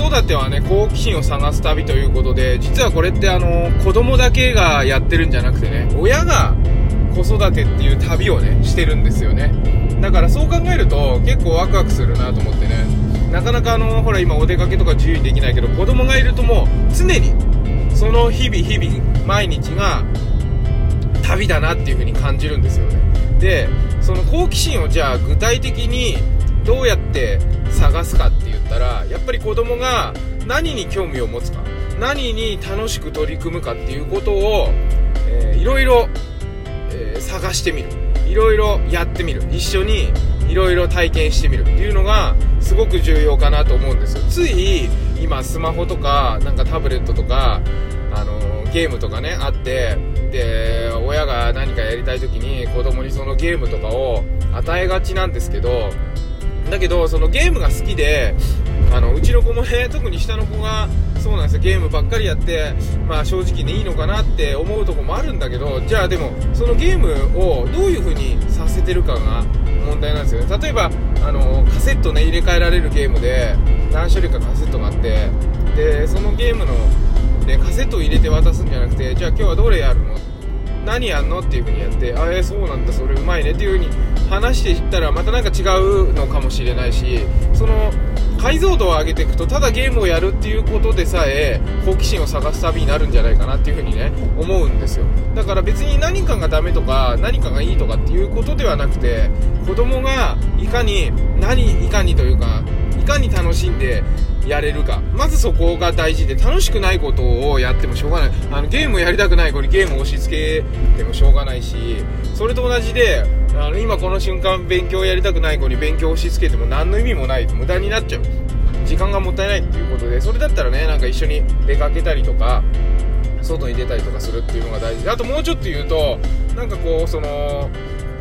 育てはね好奇心を探す旅ということで、実はこれって子供だけがやってるんじゃなくてね、親が子育てっていう旅をねしてるんですよね。だからそう考えると結構ワクワクするなと思ってね。なかなかほら今お出かけとか自由にできないけど、子供がいるともう常にその日々毎日が旅だなっていう風に感じるんですよね。でその好奇心をじゃあ具体的にどうやって探すかって言ったら、やっぱり子供が何に興味を持つか、何に楽しく取り組むかっていうことを、いろいろ、探してみる、いろいろやってみる、一緒にいろいろ体験してみるっていうのがすごく重要かなと思うんですよ。つい今スマホとかなんかタブレットとかゲームとかねあって、で親が何かやりたい時に子供にそのゲームとかを与えがちなんですけど、だけどそのゲームが好きでうちの子もね、特に下の子がそうなんですよ。ゲームばっかりやって、正直ねいいのかなって思うとこもあるんだけど、じゃあでもそのゲームをどういう風にさせてるかが問題なんですよね。例えばカセットね入れ替えられるゲームで何種類かカセットがあって、でそのゲームのでカセットを入れて渡すんじゃなくて、じゃあ今日はどれやるの、何やんのっていう風にやって、そうなんだ、それうまいねっていう風に話していったらまたなんか違うのかもしれないし、その解像度を上げていくとただゲームをやるっていうことでさえ好奇心を探す旅になるんじゃないかなっていう風にね思うんですよ。だから別に何かがダメとか何かがいいとかっていうことではなくて、子供がいかにというかいかに楽しんでやれるか、まずそこが大事で、楽しくないことをやってもしょうがない。ゲームをやりたくない子にゲームを押し付けてもしょうがないし、それと同じで今この瞬間勉強をやりたくない子に勉強を押し付けても何の意味もない、無駄になっちゃう、時間がもったいないっていうことで、それだったらねなんか一緒に出かけたりとか外に出たりとかするっていうのが大事で、あともうちょっと言うとなんかこうその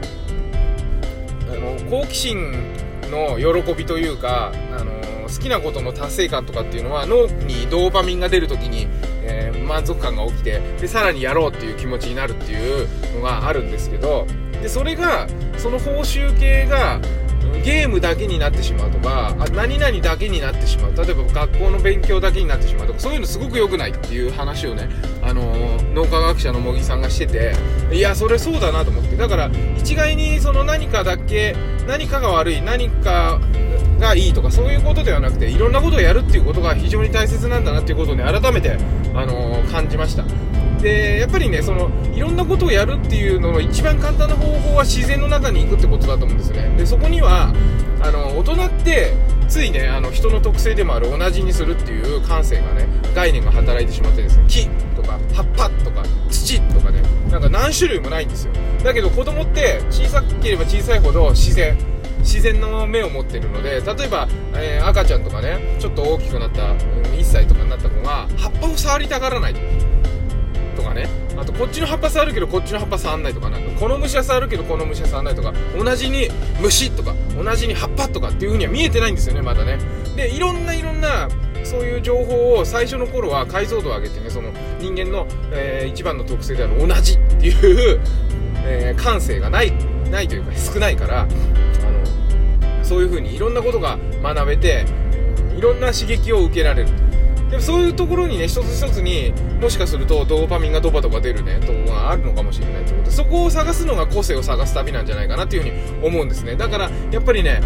好奇心の喜びというか好きなことの達成感とかっていうのは脳にドーパミンが出るときに、満足感が起きて、でさらにやろうっていう気持ちになるっていうのがあるんですけど、でそれがその報酬系がゲームだけになってしまうとか、何々だけになってしまう、例えば学校の勉強だけになってしまうとか、そういうのすごく良くないっていう話をね、脳科学者の茂木さんがしてて、いやそれそうだなと思って、だから一概にその何かが悪い、何かがいいとかそういうことではなくて、いろんなことをやるっていうことが非常に大切なんだなっていうことをね改めて、感じました。でやっぱりねそのいろんなことをやるっていうのの一番簡単な方法は自然の中に行くってことだと思うんですよね。でそこには大人ってついね人の特性でもある同じにするっていう感性がね概念が働いてしまってですね、木とか葉っぱとか土とかねなんか何種類もないんですよ。だけど子供って小さければ小さいほど自然の目を持ってるので、例えば、赤ちゃんとかねちょっと大きくなった、1歳とかになった子が葉っぱを触りたがらないとかね、あとこっちの葉っぱ触るけどこっちの葉っぱ触んないとか、この虫は触るけどこの虫は触んないとか、同じに虫とか同じに葉っぱとかっていう風には見えてないんですよねまだね。でいろんなそういう情報を最初の頃は解像度を上げてね、その人間の、一番の特性である同じっていう、感性がないというか少ないから、そういう風にいろんなことが学べて、いろんな刺激を受けられる。でもそういうところにね一つ一つにもしかするとドーパミンがドバドバ出るねとこがあるのかもしれないということで、そこを探すのが個性を探す旅なんじゃないかなという風に思うんですね。だからやっぱりね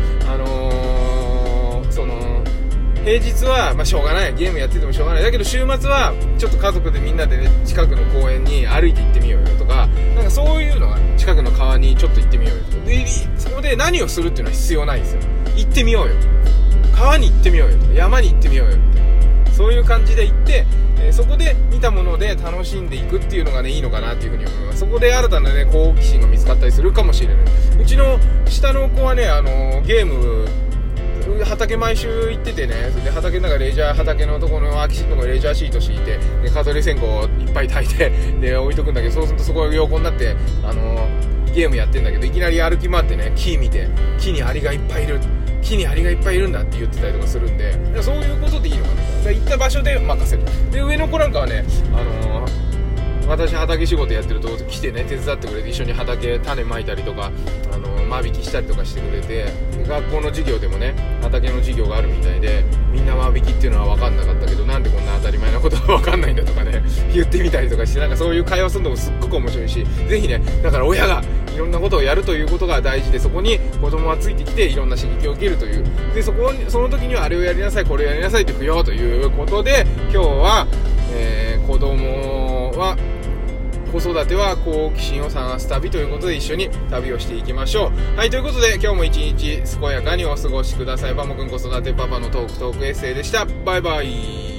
その平日はしょうがない、ゲームやっててもしょうがない、だけど週末はちょっと家族でみんなでね近くの公園に歩いて行ってみようよとか、なんかそういうのが近くの川にちょっと行ってみようよとか、でそこで何をするっていうのは必要ないんですよ。行ってみようよ、川に行ってみようよとか山に行ってみようよみたいな、そういう感じで行って、そこで見たもので楽しんでいくっていうのがねいいのかなっていうふうに思います。そこで新たなね好奇心が見つかったりするかもしれない。うちの下の子はねゲーム畑毎週行っててね、それで畑の中で畑のところの空き地のところにレジャーシート敷いて、で蚊取り線香をいっぱい焚いてで置いとくんだけど、そうするとそこが横になってゲームやってんだけど、いきなり歩き回ってね木見て、木にアリがいっぱいいるんだって言ってたりとかするんで、そういうことでいいのかな。行った場所で任せる。で上の子なんかはね私畑仕事やってると来てね手伝ってくれて、一緒に畑種まいたりとか間引きしたりとかしてくれて、学校の授業でもね畑の授業があるみたいで、みんな間引きっていうのは分かんなかったけど、なんでこんな当たり前なことが分かんないんだとかね言ってみたりとかして、なんかそういう会話するのもすっごく面白いし、ぜひねだから親がいろんなことをやるということが大事で、そこに子供はついてきていろんな刺激を受けるというで、その時にはあれをやりなさいこれをやりなさいって不要ということで、今日は、子供は子育ては好奇心を探す旅ということで一緒に旅をしていきましょう。はい、ということで今日も一日健やかにお過ごしください。バモくん子育てパパのトークエッセイでした。バイバイ。